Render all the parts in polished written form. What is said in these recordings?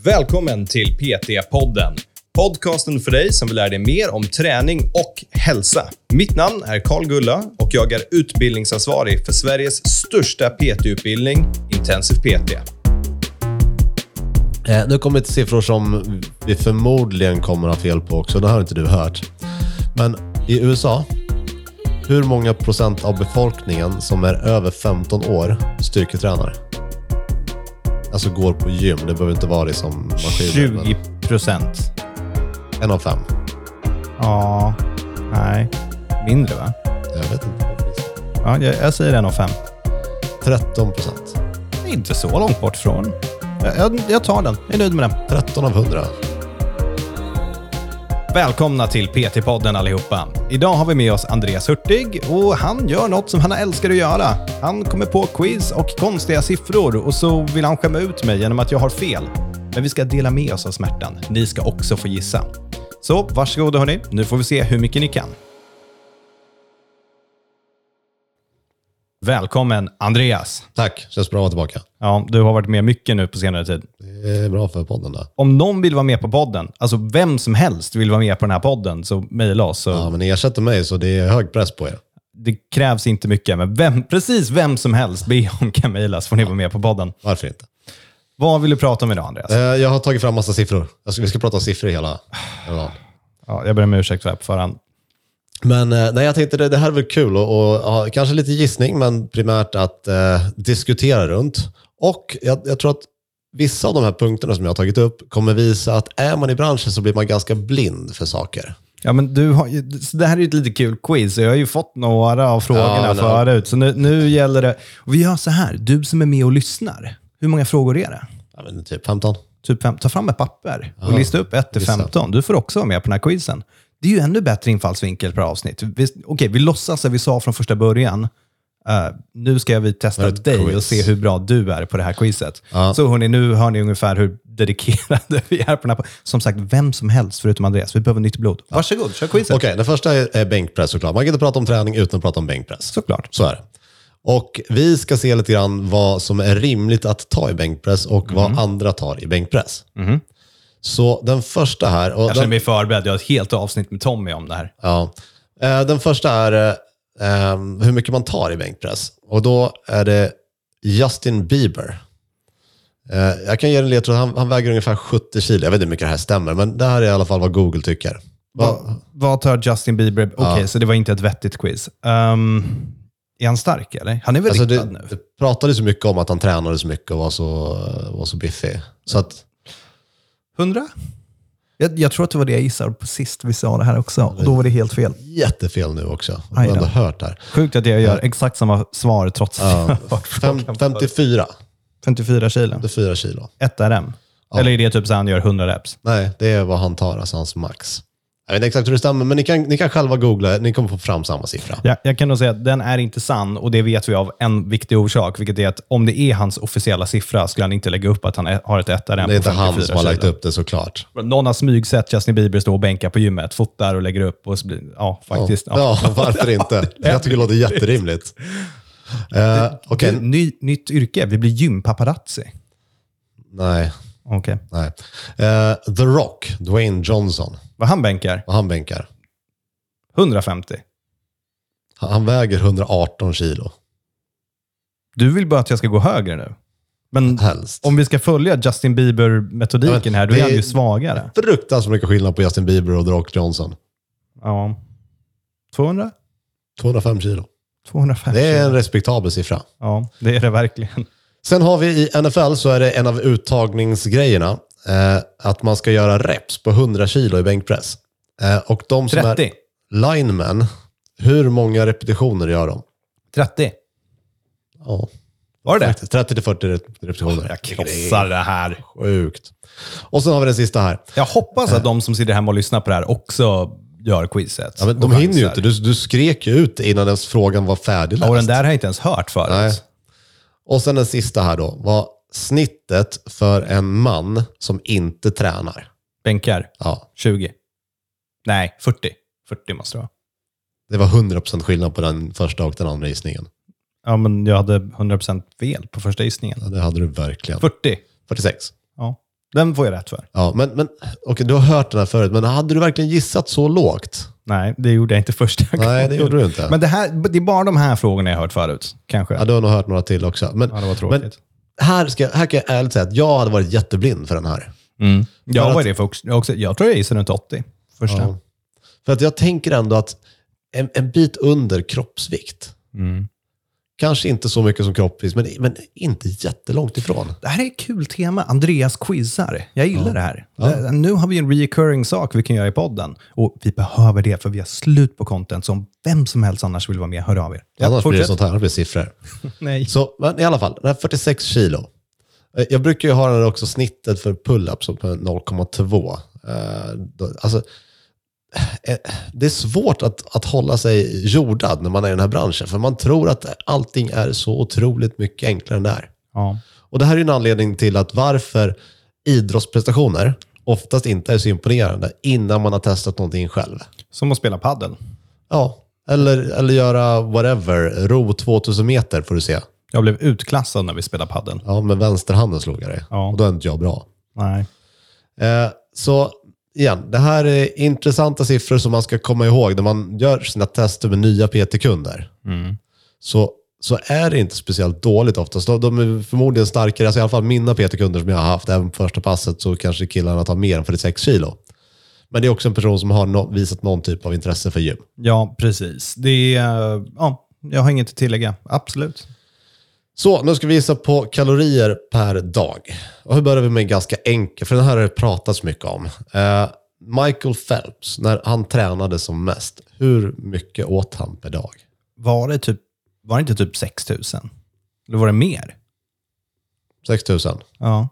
Välkommen till PT-podden. Podcasten för dig som vill lära dig mer om träning och hälsa. Mitt namn är Carl Gulla och jag är utbildningsansvarig för Sveriges största PT-utbildning, Intensiv PT. Nu kommer det till siffror som vi förmodligen kommer att ha fel på också. Det har inte du hört. Men i USA, hur många procent av befolkningen som är över 15 år styrketränar? Alltså går på gym. Det behöver inte vara det som maskin. 20%. 1 av 5. Ja, nej. Mindre va? Jag vet inte. Ja, jag säger 1 av 5. 13%. Det är inte så långt bort från. Jag tar den. Jag är nöjd med den. 13 av 100. Välkomna till PT-podden allihopa. Idag har vi med oss Andreas Hurtig och han gör något som han älskar att göra. Han kommer på quiz och konstiga siffror och så vill han skämma ut mig genom att jag har fel. Men vi ska dela med oss av smärtan. Ni ska också få gissa. Så varsågoda hörni, nu får vi se hur mycket ni kan. Välkommen Andreas. Tack, känns bra att vara tillbaka. Ja, du har varit med mycket nu på senare tid. Det är bra för podden där. Om någon vill vara med på podden, alltså vem som helst vill vara med på den här podden, så mejla oss. Så Ja, men ni ersätter mig så det är hög press på er. det krävs inte mycket, men precis vem som helst be om kan mejla så får ni vara med på podden. Varför inte? Vad vill du prata om idag Andreas? Jag har tagit fram massa siffror. Vi ska prata om siffror hela dagen. Ja, jag ber om ursäkt för förhand. Men nej, jag tänkte det här är väl kul och kanske lite gissning, men primärt att diskutera runt. Och jag tror att vissa av de här punkterna som jag har tagit upp kommer visa att är man i branschen så blir man ganska blind för saker. Ja, men det här är ju ett lite kul quiz. Jag har ju fått några av frågorna förut. Så nu gäller det. Och vi gör så här. Du som är med och lyssnar. Hur många frågor är det? Ja, men typ 15. Typ 5. Ta fram ett papper och lista upp 1-15. Du får också vara med på den här quizen. Det är ju ännu bättre infallsvinkel per avsnitt. Vi låtsas att vi sa från första början. Nu ska vi testa dig och se hur bra du är på det här quizet. Ja. Så hörni, nu hör ni ungefär hur dedikerade vi är på den här. Som sagt, vem som helst förutom Andreas. Vi behöver nytt blod. Varsågod, kör quizet. Okej, den första är bänkpress såklart. Man kan inte prata om träning utan att prata om bänkpress. Såklart. Så är det. Och vi ska se lite grann vad som är rimligt att ta i bänkpress och vad andra tar i bänkpress. Så den första här... Och jag känner mig förberedd. Jag har ett helt avsnitt med Tommy om det här. Ja. Den första är hur mycket man tar i bänkpress. Och då är det Justin Bieber. Jag kan ge en ledtråd. Han väger ungefär 70 kilo. Jag vet inte hur mycket det här stämmer, men det här är i alla fall vad Google tycker. Vad tar Justin Bieber? Okej, så det var inte ett vettigt quiz. Är han stark eller? Han är väl riktad nu? Det pratade så mycket om att han tränade så mycket och var så biffig. Så att... 100? Jag tror att det var det jag gissade på sist vi sa det här också. Och då var det helt fel. Jättefel nu också. Jag har ändå hört det här. Sjukt att jag gör exakt samma svar trots att jag har hört 54. 54 kilo. 54 kilo. 1 RM. Ja. Eller är det typ så han gör 100 reps? Nej, det är vad han tar, alltså hans max. Jag vet inte exakt hur det stämmer, men ni kan själva googla. Ni kommer få fram samma siffra. Ja, jag kan nog säga att den är inte sann och det vet vi av en viktig orsak, vilket är att om det är hans officiella siffra skulle han inte lägga upp att han har ett 1 RM. Det är inte han som har lagt upp det såklart. Någon har smygsett Justin Bieber stå och bänka på gymmet, fotar och lägger upp och så blir faktiskt. Ja, varför inte? Jag tycker det låter jätterimligt. Okay. Nytt yrke, vi blir gympaparazzi. Nej. Okay. Nej. The Rock, Dwayne Johnson. Vad han bänkar? 150. Han väger 118 kilo. Du vill bara att jag ska gå högre nu. Men helst. Om vi ska följa Justin Bieber-metodiken här, då är han ju svagare. Fruktansvärt mycket skillnad på Justin Bieber och The Rock Johnson. Ja. 200? 205 kilo. 205 det är en respektabel siffra. Ja, det är det verkligen. Sen har vi i NFL så är det en av uttagningsgrejerna att man ska göra reps på 100 kilo i bänkpress. Och de som 30. är linemen, hur många repetitioner gör de? 30. Ja. Var det 30-40 repetitioner. Jag krossar det här. Sjukt. Och sen har vi den sista här. Jag hoppas att de som sitter hemma och lyssnar på det här också gör quizet. Ja, men de hinner ju inte. Du skrek ju ut innan ens frågan var färdigläst. Och den där har jag inte ens hört förut. Nej. Och sen den sista här då. Vad snittet för en man som inte tränar? Bänkar? Ja. 20. Nej, 40. 40 måste det vara. Det var 100% skillnad på den första och den andra gissningen. Ja, men jag hade 100% fel på första gissningen. Ja, det hade du verkligen. 40. 46. Ja. Den får jag rätt för. Ja, men okej, du har hört den här förut, men hade du verkligen gissat så lågt? Nej, det gjorde jag inte första gången. Nej, det gjorde du inte. Men det är bara de här frågorna jag har hört förut, kanske. Ja, du har nog hört några till också. Men, ja, det var tråkigt. Men här kan jag ärligt säga att jag hade varit jätteblind för den här. Jag var det för också. Jag tror jag gissade runt 80 första. Ja. För att jag tänker ändå att en bit under kroppsvikt. Kanske inte så mycket som kroppsvikt, men inte jättelångt ifrån. Det här är ett kul tema. Andreas quizar. Jag gillar det här. Nu har vi en recurring sak vi kan göra i podden. Och vi behöver det för vi har slut på content som vem som helst annars vill vara med. Hör av er. Annars blir det sånt här, annars blir det siffror. Nej. Så, men i alla fall, den här 46 kilo. Jag brukar ju ha den också snittet för pull-ups på 0,2. Alltså, det är svårt att hålla sig jordad när man är i den här branschen. För man tror att allting är så otroligt mycket enklare än det är. Ja. Och det här är en anledning till att varför idrottsprestationer oftast inte är så imponerande innan man har testat någonting själv. Som att spela paddel. Ja, eller göra whatever. Ro 2000 meter får du se. Jag blev utklassad när vi spelade paddel. Ja, med vänsterhanden slog jag det. Ja. Och då är inte jag bra. Nej. Så igen, det här är intressanta siffror som man ska komma ihåg när man gör sina tester med nya PT-kunder. Så är det inte speciellt dåligt oftast. De är förmodligen starkare. Alltså i alla fall mina PT-kunder som jag har haft, även på första passet så kanske killarna tar mer än 46 kilo. Men det är också en person som har visat någon typ av intresse för gym. Ja, precis. Det är, jag har inget att tillägga. Absolut. Så, nu ska vi visa på kalorier per dag. Och hur börjar vi med ganska enkelt, för den här har det pratats mycket om. Michael Phelps, när han tränade som mest, hur mycket åt han per dag? Var det inte typ 6 000? Eller var det mer? 6 000? Ja.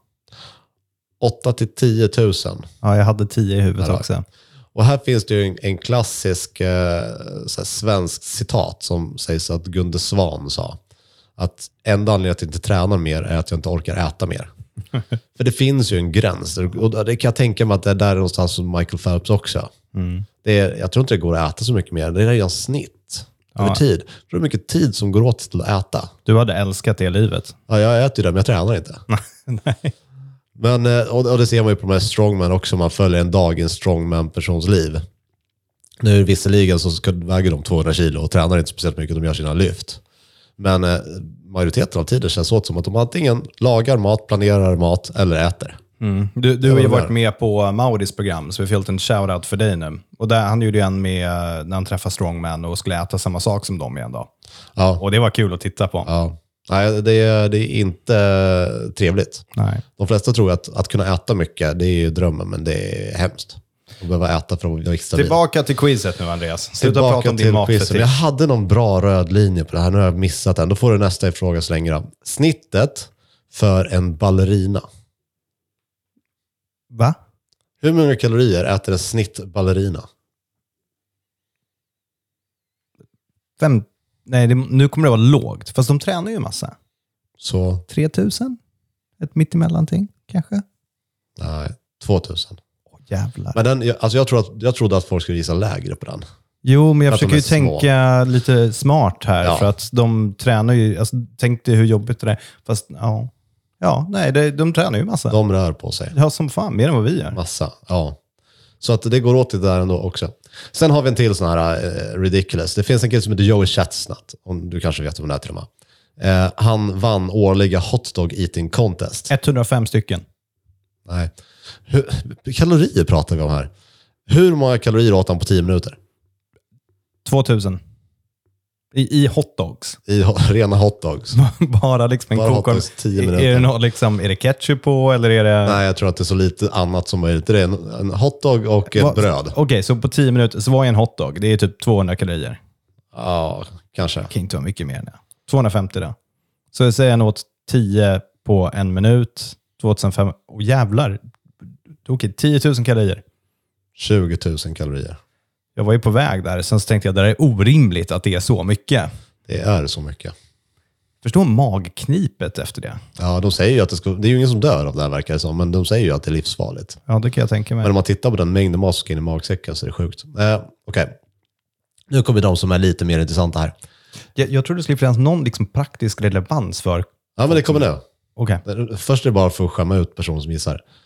8 till 10 000. Ja, jag hade 10 i huvudet också. Och här finns det ju en klassisk svensk citat som sägs att Gunde Svan sa. Att enda anledningen att jag inte tränar mer är att jag inte orkar äta mer. För det finns ju en gräns. Och det kan jag tänka mig att det är där någonstans som Michael Phelps också. Jag tror inte det går att äta så mycket mer. Det är redan snitt över tid. För det är mycket tid som går åt till att äta. Du hade älskat det livet. Ja, jag äter ju det, men jag tränar inte. Nej. Men, och det ser man ju på de här strongman också. Man följer en dag i en strongman-persons liv. Nu visserligen så väger de 200 kilo och tränar inte speciellt mycket. De gör sina lyft. Men majoriteten av tiden känns åt som att de antingen lagar mat, planerar mat eller äter. Du har ju varit med på Maudis program, så vi har fått en shoutout för dig nu. Och där, han gjorde ju en med när han träffade strongman och skulle äta samma sak som dem igen då. Ja. Och det var kul att titta på. Ja. Nej, det är inte trevligt. Nej. De flesta tror att kunna äta mycket, det är ju drömmen, men det är hemskt. Att behöva äta för att vara extra Tillbaka till quizet nu, Andreas. Sluta prata om din matfetisch. Jag hade någon bra röd linje på det här, nu har jag missat den. Då får du nästa fråga så länge då. Snittet för en ballerina. Va? Hur många kalorier äter en snittballerina? Nej, nu kommer det vara lågt. Fast de tränar ju massa. Så? 3000? Ett mittemellanting, kanske? Nej, 2000. Jävlar. Men jag trodde att folk skulle gissa lägre på den. Jo, men jag försöker ju tänka lite smart här. Ja. För att de tränar ju... Alltså, tänk dig hur jobbigt det är. Fast, de tränar ju massa. De rör på sig. Ja, som fan. Mer än vad vi gör. Massa, ja. Så att det går åt det där ändå också. Sen har vi en till sån här ridiculous. Det finns en kille som heter Joey Chestnut. Om du kanske vet om det här till och med. Han vann årliga hotdog eating contest. 105 stycken. Nej. Kalorier pratar vi om här. Hur många kalorier åt han på 10 minuter? 2000. I hotdogs? I rena hotdogs. Bara liksom en kokon. 10 minuter. Är det ketchup på eller är det... Nej, jag tror att det är så lite annat som möjligt. Det är en hotdog och ett bröd. Okej, så på 10 minuter så var en hotdog. Det är typ 200 kalorier. Ja, kanske. Det kan inte vara mycket mer än det. 250 då. Så jag säger åt 10 på en minut. 2005. Åh jävlar. Okej, 10 000 kalorier. 20 000 kalorier. Jag var ju på väg där. Sen så tänkte jag att det är orimligt att det är så mycket. Det är så mycket. Förstå magknipet efter det. Ja, de säger ju att det är ju ingen som dör av det här verkar det som. Men de säger ju att det är livsfarligt. Ja, det kan jag tänka mig. Men om man tittar på den mängden mat som ska in i magsäcken så är det sjukt. Okej. Nu kommer de som är lite mer intressanta här. Jag tror det skulle finnas någon liksom praktisk relevans för... Ja, men det kommer nu. Okay. Först är det bara för att skämma ut personer som gissar.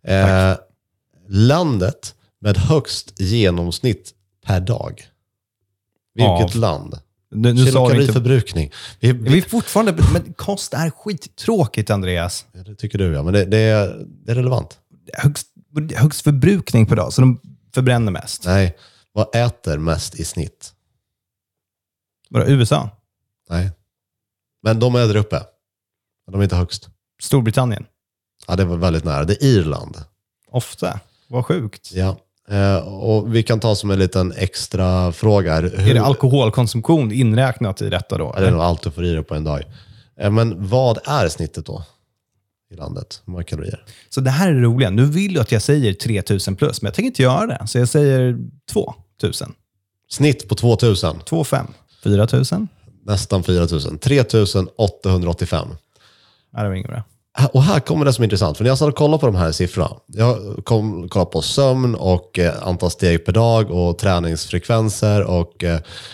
Landet med högst genomsnitt per dag. Vilket land? Kilokaloriförbrukning. Vi fortfarande, men kost är skittråkigt, Andreas. Ja, det tycker du, ja. Men det är relevant. Högst förbrukning per dag, så de förbränner mest. Nej, vad äter mest i snitt? Bara USA? Nej. Men de är där uppe. De är inte högst. Storbritannien? Ja, det var väldigt nära. Det är Irland. Ofta? Vad sjukt. Ja. Och vi kan ta som en liten extra fråga. Är det alkoholkonsumtion inräknat i detta då? Ja, det är nog allt du får i dig på en dag. Men vad är snittet då? I landet? Hur många kalorier? Så det här är det roliga. Nu vill du att jag säger 3000 plus, men jag tänker inte göra det. Så jag säger 2000. Snitt på 2000. 2,5. 4000. Nästan 4000. 3885. Ja, det var inget bra. Och här kommer det som är intressant. För när jag satt och kollade på de här siffrorna. Jag kollade på sömn och antal steg per dag och träningsfrekvenser och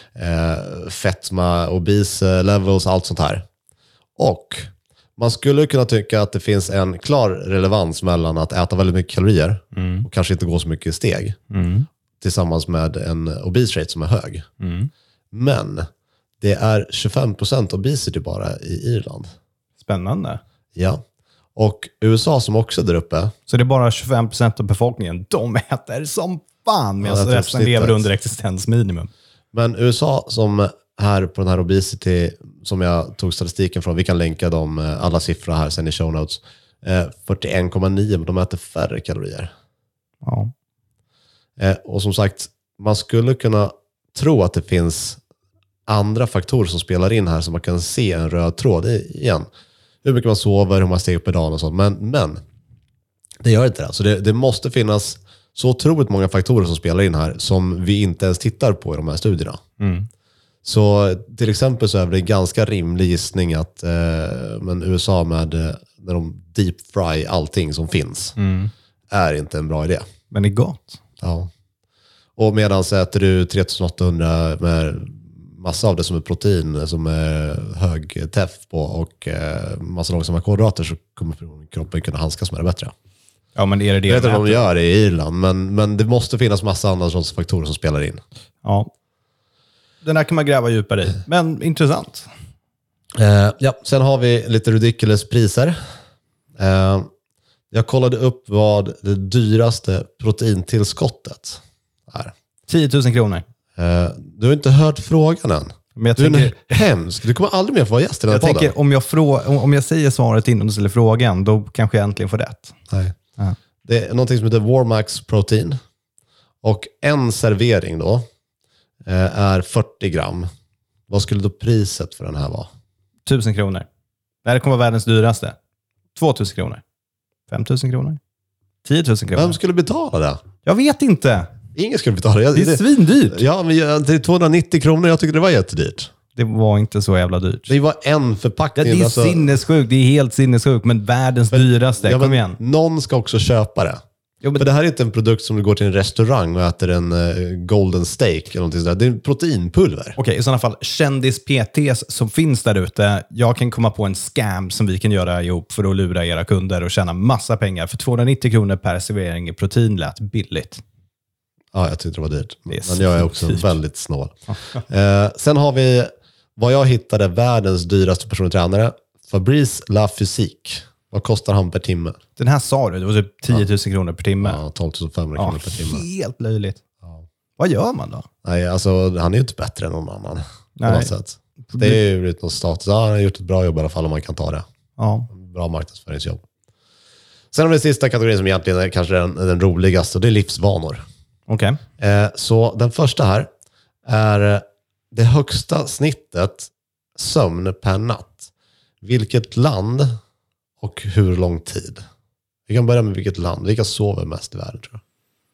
fetma, obese levels, allt sånt här. Och man skulle kunna tycka att det finns en klar relevans mellan att äta väldigt mycket kalorier och kanske inte gå så mycket steg tillsammans med en obese rate som är hög. Men det är 25% obesity bara i Irland. Spännande. Ja. Och USA som också är där uppe. Så det är bara 25% av befolkningen. De äter som fan medan resten lever under existensminimum. Men USA som här på den här obesity som jag tog statistiken från. Vi kan länka alla siffror här sen i show notes. 41,9, men de äter färre kalorier. Ja. Och som sagt, man skulle kunna tro att det finns andra faktorer som spelar in här som man kan se en röd tråd igen. Hur mycket man sover, hur man steg upp i dagen och sånt. Men det gör inte det. Så det måste finnas så otroligt många faktorer som spelar in här som vi inte ens tittar på i de här studierna. Så till exempel så är det en ganska rimlig gissning att men USA när de deep fry allting som finns är inte en bra idé. Men det är gott. Ja. Och medan äter du 3800 med massa av det som är protein som är hög teff på och massa långsamma kolhydrater, så kommer kroppen kunna handskas med det bättre. Ja, men är det jag vet inte vad de gör i Irland, men det måste finnas massa andra faktorer som spelar in. Ja. Den här kan man gräva djupare i, men intressant. Ja, sen har vi lite ridiculous priser. Jag kollade upp vad det dyraste proteintillskottet är. 10 000 kronor. Du har inte hört frågan än. Men du är hemsk. Du kommer aldrig mer få vara gäst i den här podden. Jag tänker, om jag säger svaret innan du ställer frågan, då kanske jag äntligen får rätt. Nej. Ja. Det är någonting som heter Warmax Protein. Och en servering då är 40 gram. Vad skulle då priset för den här vara? 1000 kronor. Det här kommer vara världens dyraste. 2000 kronor. 5000 kronor. 10 000 kronor. Vem skulle betala det? Jag vet inte. Ingen skulle betala det. Det är svindyrt. Ja, men det är 290 kronor. Jag tycker det var jättedyrt. Det var inte så jävla dyrt. Det var en förpackning. Ja, det är sinnessjukt. Det är helt sinnessjukt. Men världens dyraste. Kom igen. Någon ska också köpa det. Jo, men... För det här är inte en produkt som du går till en restaurang och äter en golden steak eller någonting sådär. Det är en proteinpulver. Okej, i sådana fall kändis-PTs som finns där ute. Jag kan komma på en scam som vi kan göra ihop för att lura era kunder och tjäna massa pengar. För 290 kronor per servering i protein lät billigt. Ja, jag tyckte det var dyrt. Det men jag är också väldigt snål. Sen har vi vad jag hittade världens dyraste personlig tränare. Fabrice Lafusik. Vad kostar han per timme? Den här sa du, det var typ 10 000 kronor per timme. Ja, 12 500 kronor per timme. Helt löjligt. Ja. Vad gör man då? Nej, alltså han är ju inte bättre än någon annan. På något sätt. Det är ju någon status. Ja, han har gjort ett bra jobb i alla fall om man kan ta det. Ja. Bra marknadsföringsjobb. Sen har vi sista kategorin som egentligen är kanske den roligaste och det är livsvanor. Okej. Så den första här är det högsta snittet sömn per natt. Vilket land och hur lång tid? Vi kan börja med vilket land. Vilka sover mest i världen, tror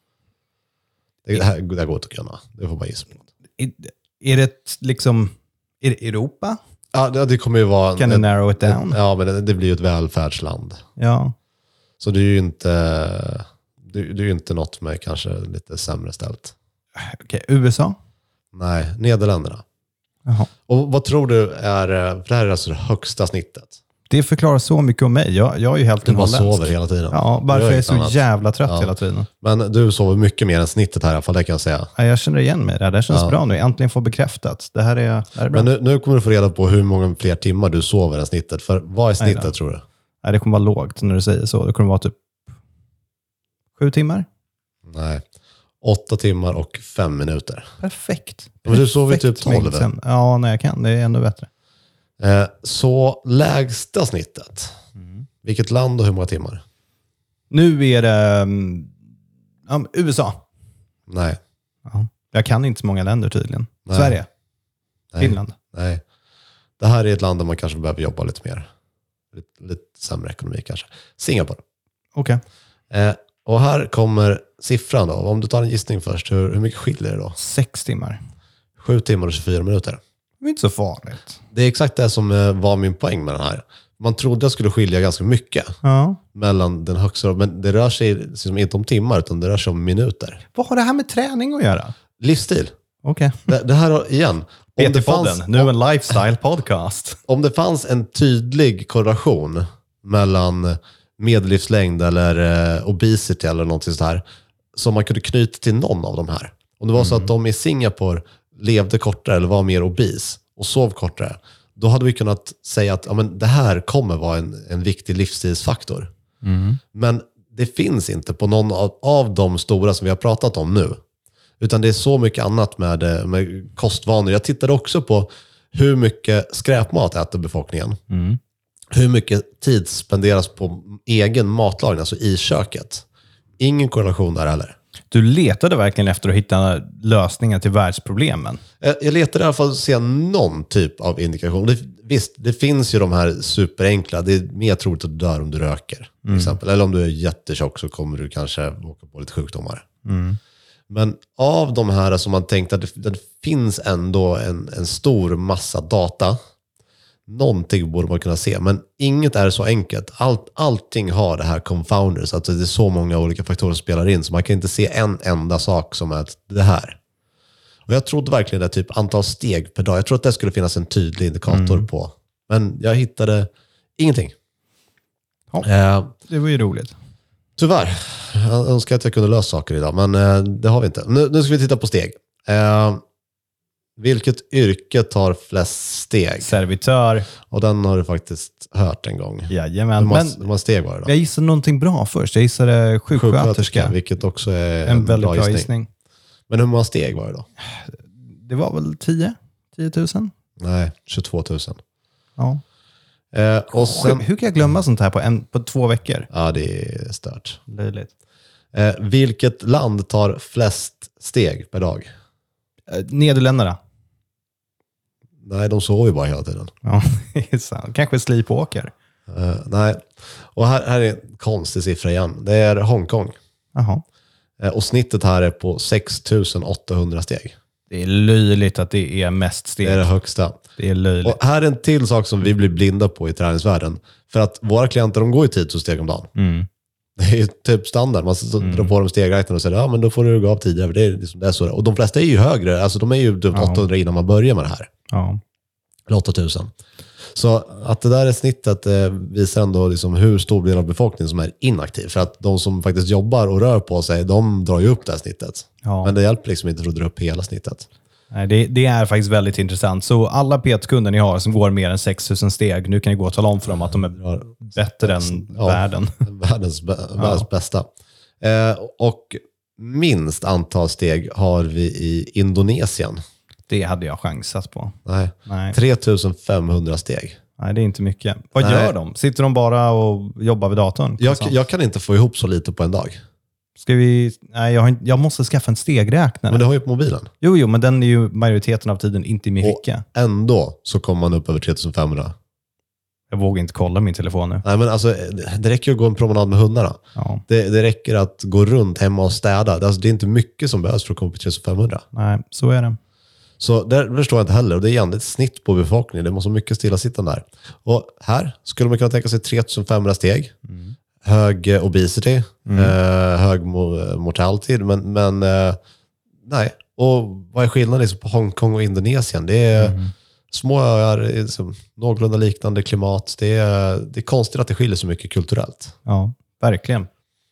jag? Det här går inte att kunna. Det får bara gissa. Är det liksom... Är det Europa? Ja, det kommer ju vara... Kan du narrow it down? Ja, men det blir ju ett välfärdsland. Ja. Så det är ju inte... Det är ju inte något med kanske lite sämre ställt. Okej, USA? Nej, Nederländerna. Jaha. Och vad tror du är... För det här är alltså det högsta snittet. Det förklarar så mycket om mig. Jag är ju helt Du bara sover hela tiden. Ja, varför jag är så jävla trött hela tiden. Men du sover mycket mer än snittet här i alla fall, det kan jag säga. Ja, jag känner igen mig. Det känns bra nu. Äntligen får bekräftat. Det här är bra. Men nu kommer du få reda på hur många fler timmar du sover än snittet. För vad är snittet, tror du? Nej, det kommer vara lågt när du säger så. Det kommer vara typ 7 timmar. Nej, 8 timmar och 5 minuter. Perfekt. Men du sover typ 12. Ja, när jag kan. Det är ännu bättre. Så lägsta snittet. Vilket land och hur många timmar? Nu är det USA. Nej. Ja. Jag kan inte så många länder tydligen. Nej. Sverige. Nej. Finland. Nej. Det här är ett land där man kanske behöver jobba lite mer. Lite sämre ekonomi kanske. Singapore. Okej. Och här kommer siffran då. Om du tar en gissning först, hur mycket skiljer det då? 6 timmar. 7 timmar och 24 minuter. Det är inte så farligt. Det är exakt det som var min poäng med den här. Man trodde jag skulle skilja ganska mycket mellan den högsta, men det rör sig liksom inte om timmar utan det rör sig om minuter. Vad har det här med träning att göra? Livsstil. Okej. Det här igen. PT-podden, nu en lifestyle podcast. Om det fanns en tydlig korrelation mellan medellivslängd eller obesity eller någonting så här, som man kunde knyta till någon av de här. Om det var så att de i Singapore levde kortare eller var mer obese och sov kortare, då hade vi kunnat säga att men det här kommer vara en viktig livsstilsfaktor. Men det finns inte på någon av de stora som vi har pratat om nu. Utan det är så mycket annat med kostvanor. Jag tittade också på hur mycket skräpmat äter befolkningen. Hur mycket tid spenderas på egen matlagning, alltså i köket. Ingen korrelation där heller. Du letade verkligen efter att hitta lösningar till världsproblemen. Jag letade i alla fall att se någon typ av indikation. Visst, det finns ju de här superenkla. Det är mer troligt att du dör om du röker. Till exempel. Eller om du är jättetjock så kommer du kanske åka på lite sjukdomar. Men av de här som man tänkte att det finns ändå en stor massa data. Någonting borde man kunna se. Men inget är så enkelt. Allting har det här confounders. Alltså det är så många olika faktorer som spelar in. Så man kan inte se en enda sak som är det här. Och jag trodde verkligen det typ antal steg per dag. Jag tror att det skulle finnas en tydlig indikator på. Men jag hittade ingenting. Ja, det var ju roligt. Tyvärr. Jag önskar att jag kunde lösa saker idag. Men det har vi inte. Nu ska vi titta på steg. Vilket yrke tar flest steg? Servitör. Och den har du faktiskt hört en gång. Jajamän. Hur många steg var det då? Jag gissade någonting bra först. Jag gissade sjuksköterska. Vilket också är en väldigt bra gissning. Men hur många steg var det då? Det var väl 10 000? Nej, 22 000. Ja. Och sen, hur kan jag glömma sånt här på 2 veckor? Ja, det är stört. Löjligt. Vilket land tar flest steg per dag? Nederländerna. Nej, de sover ju bara hela tiden. Ja, det är sant. Kanske Slipåker. Nej. Och här är en konstig siffra igen. Det är Hongkong. Jaha. Och snittet här är på 6 800 steg. Det är löjligt att det är mest steg. Det är det högsta. Det är löjligt. Och här är en till sak som vi blir blinda på i träningsvärlden. För att våra klienter, de går ju 10 000 steg om dagen. Det är ju typ standard. Man drar på dem stegräknaren och säger ja men då får du gå av tidigare. Det är liksom det är så. Och de flesta är ju högre. Alltså de är ju 800 innan man börjar med det här. Ja. Eller 8000. Så att det där är snittet visar ändå liksom hur stor del av befolkningen som är inaktiv. För att de som faktiskt jobbar och rör på sig, de drar ju upp det här snittet. Ja. Men det hjälper liksom inte att dra upp hela snittet. Nej, det är faktiskt väldigt intressant. Så alla PT-kunder ni har som går mer än 6 000 steg, nu kan ni gå och tala om för dem att de är bättre än världen. Världens bästa. Och minst antal steg har vi i Indonesien. Det hade jag chansat på. Nej. 3500 steg. Nej, det är inte mycket. Vad gör de? Sitter de bara och jobbar vid datorn? Jag kan inte få ihop så lite på en dag. Ska vi... Nej, jag måste skaffa en stegräknare. Men du har ju på mobilen. Jo, men den är ju majoriteten av tiden inte i min ficka. Och ändå så kommer man upp över 3500. Jag vågar inte kolla min telefon nu. Nej, men alltså, det räcker ju att gå en promenad med hundarna. Ja. Det räcker att gå runt hemma och städa. Alltså, det är inte mycket som behövs för att komma upp till 3500. Nej, så är det. Så det förstår jag inte heller. Och det är igen ett snitt på befolkningen. Det måste vara mycket stillasittande där. Och här skulle man kunna tänka sig 3500 steg. Hög obesity. Hög mortality. Men nej. Och vad är skillnaden liksom på Hongkong och Indonesien? Det är små öar, liksom, någorlunda liknande klimat. Det är konstigt att det skiljer så mycket kulturellt. Ja, verkligen.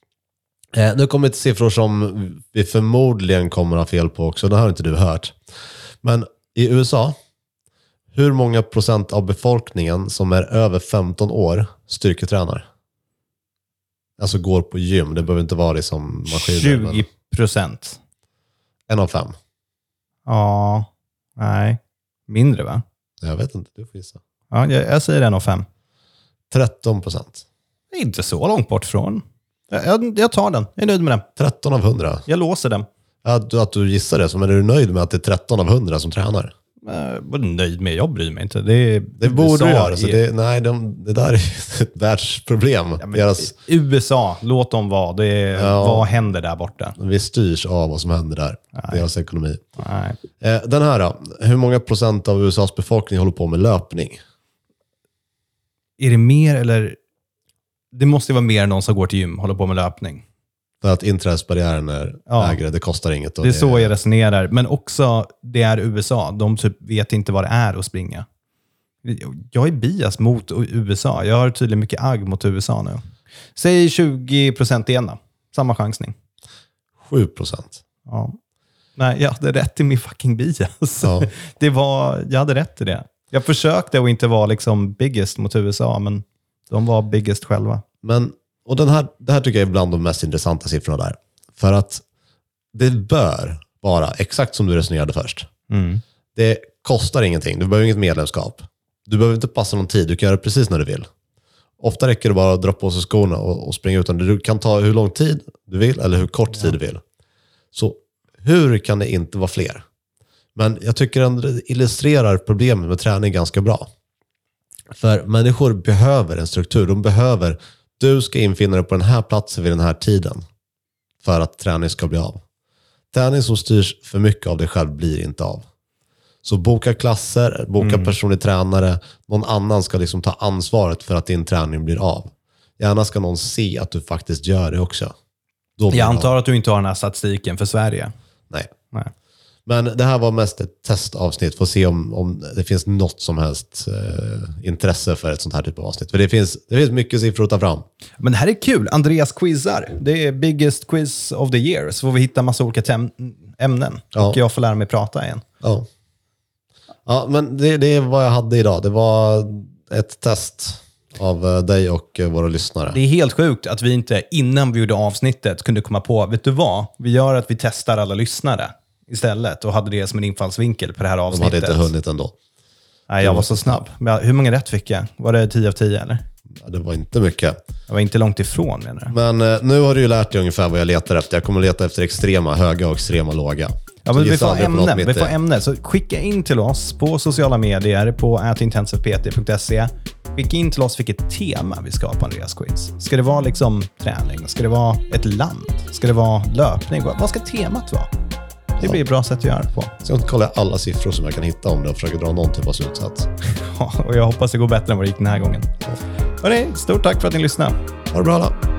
Nu kommer det till siffror som vi förmodligen kommer ha fel på också. Det har inte du hört. Men i USA, hur många procent av befolkningen som är över 15 år styrketränar? Alltså går på gym. Det behöver inte vara det som maskiner. 20%. 1 av 5. Ja, nej. Mindre va? Jag vet inte, du får gissa. Ja, jag säger 1 av 5. 13%. Det är inte så långt bort från. Jag tar den. Jag är nöjd med den. 13 av 100. Jag låser den. Att du gissar det, men är du nöjd med att det är 13 av 100 som tränar? Vad är nöjd med? Jag bryr mig inte. Det borde du göra. Så det där är ett världsproblem. Ja, USA, låt dem vara. Vad händer där borta? Vi styrs av vad som händer där. Nej. Deras ekonomi. Nej. Den här då. Hur många procent av USAs befolkning håller på med löpning? Är det mer eller... Det måste ju vara mer än någon som går till gym håller på med löpning. För att inträdesbarriären är lägre, det kostar inget. Det är så jag resonerar. Men också, det är USA. De typ vet inte vad det är att springa. Jag är bias mot USA. Jag har tydligen mycket agg mot USA nu. Säg 20% igen då. Samma chansning. 7%. Ja. Nej, jag hade rätt i min fucking bias. Ja. Jag hade rätt i det. Jag försökte att inte vara liksom biggest mot USA, men de var biggest själva. Och det här tycker jag är bland de mest intressanta siffrorna där. För att det bör vara exakt som du resonerade först. Mm. Det kostar ingenting. Du behöver inget medlemskap. Du behöver inte passa någon tid. Du kan göra precis när du vill. Ofta räcker det bara att dra på sig skorna och springa utan. Du kan ta hur lång tid du vill eller hur kort tid du vill. Så hur kan det inte vara fler? Men jag tycker att det illustrerar problemet med träning ganska bra. För människor behöver en struktur. De behöver, du ska infinna dig på den här platsen vid den här tiden för att träning ska bli av. Träning som styrs för mycket av dig själv blir inte av. Så boka klasser, boka personlig tränare. Någon annan ska liksom ta ansvaret för att din träning blir av. Gärna ska någon se att du faktiskt gör det också. Jag antar att du inte har den här statistiken för Sverige. Nej. Nej. Men det här var mest ett testavsnitt för att se om det finns något som helst intresse för ett sånt här typ av avsnitt. För det finns mycket siffror att ta fram. Men det här är kul. Andreas quizar. Det är biggest quiz of the year. Så får vi hitta massa olika ämnen. Ja. Och jag får lära mig prata igen. Ja, men det är vad jag hade idag. Det var ett test av dig och våra lyssnare. Det är helt sjukt att vi inte innan vi gjorde avsnittet kunde komma på, vet du vad? Vi gör att vi testar alla lyssnare istället och hade det som en infallsvinkel på det här avsnittet. De hade inte hunnit ändå. Nej, jag var så snabb. Hur många rätt fick jag? Var det 10 av 10 eller? Ja, det var inte mycket. Jag var inte långt ifrån, menar du? Men nu har du ju lärt dig ungefär vad jag letar efter. Jag kommer leta efter extrema höga och extrema låga. Ja, men vi får ämnen. Så skicka in till oss på sociala medier på @intensivpt.se. Skicka in till oss vilket tema vi ska ha på Andreas quiz. Ska det vara liksom träning? Ska det vara ett land? Ska det vara löpning? Vad ska temat vara? Det blir ett bra sätt att göra det på. Så jag kollar alla siffror som jag kan hitta om det och försöker dra någon typ av slutsats. Ja, och jag hoppas det går bättre än vad det gick den här gången. Hörrni, stort tack för att ni lyssnade. Ha det bra då.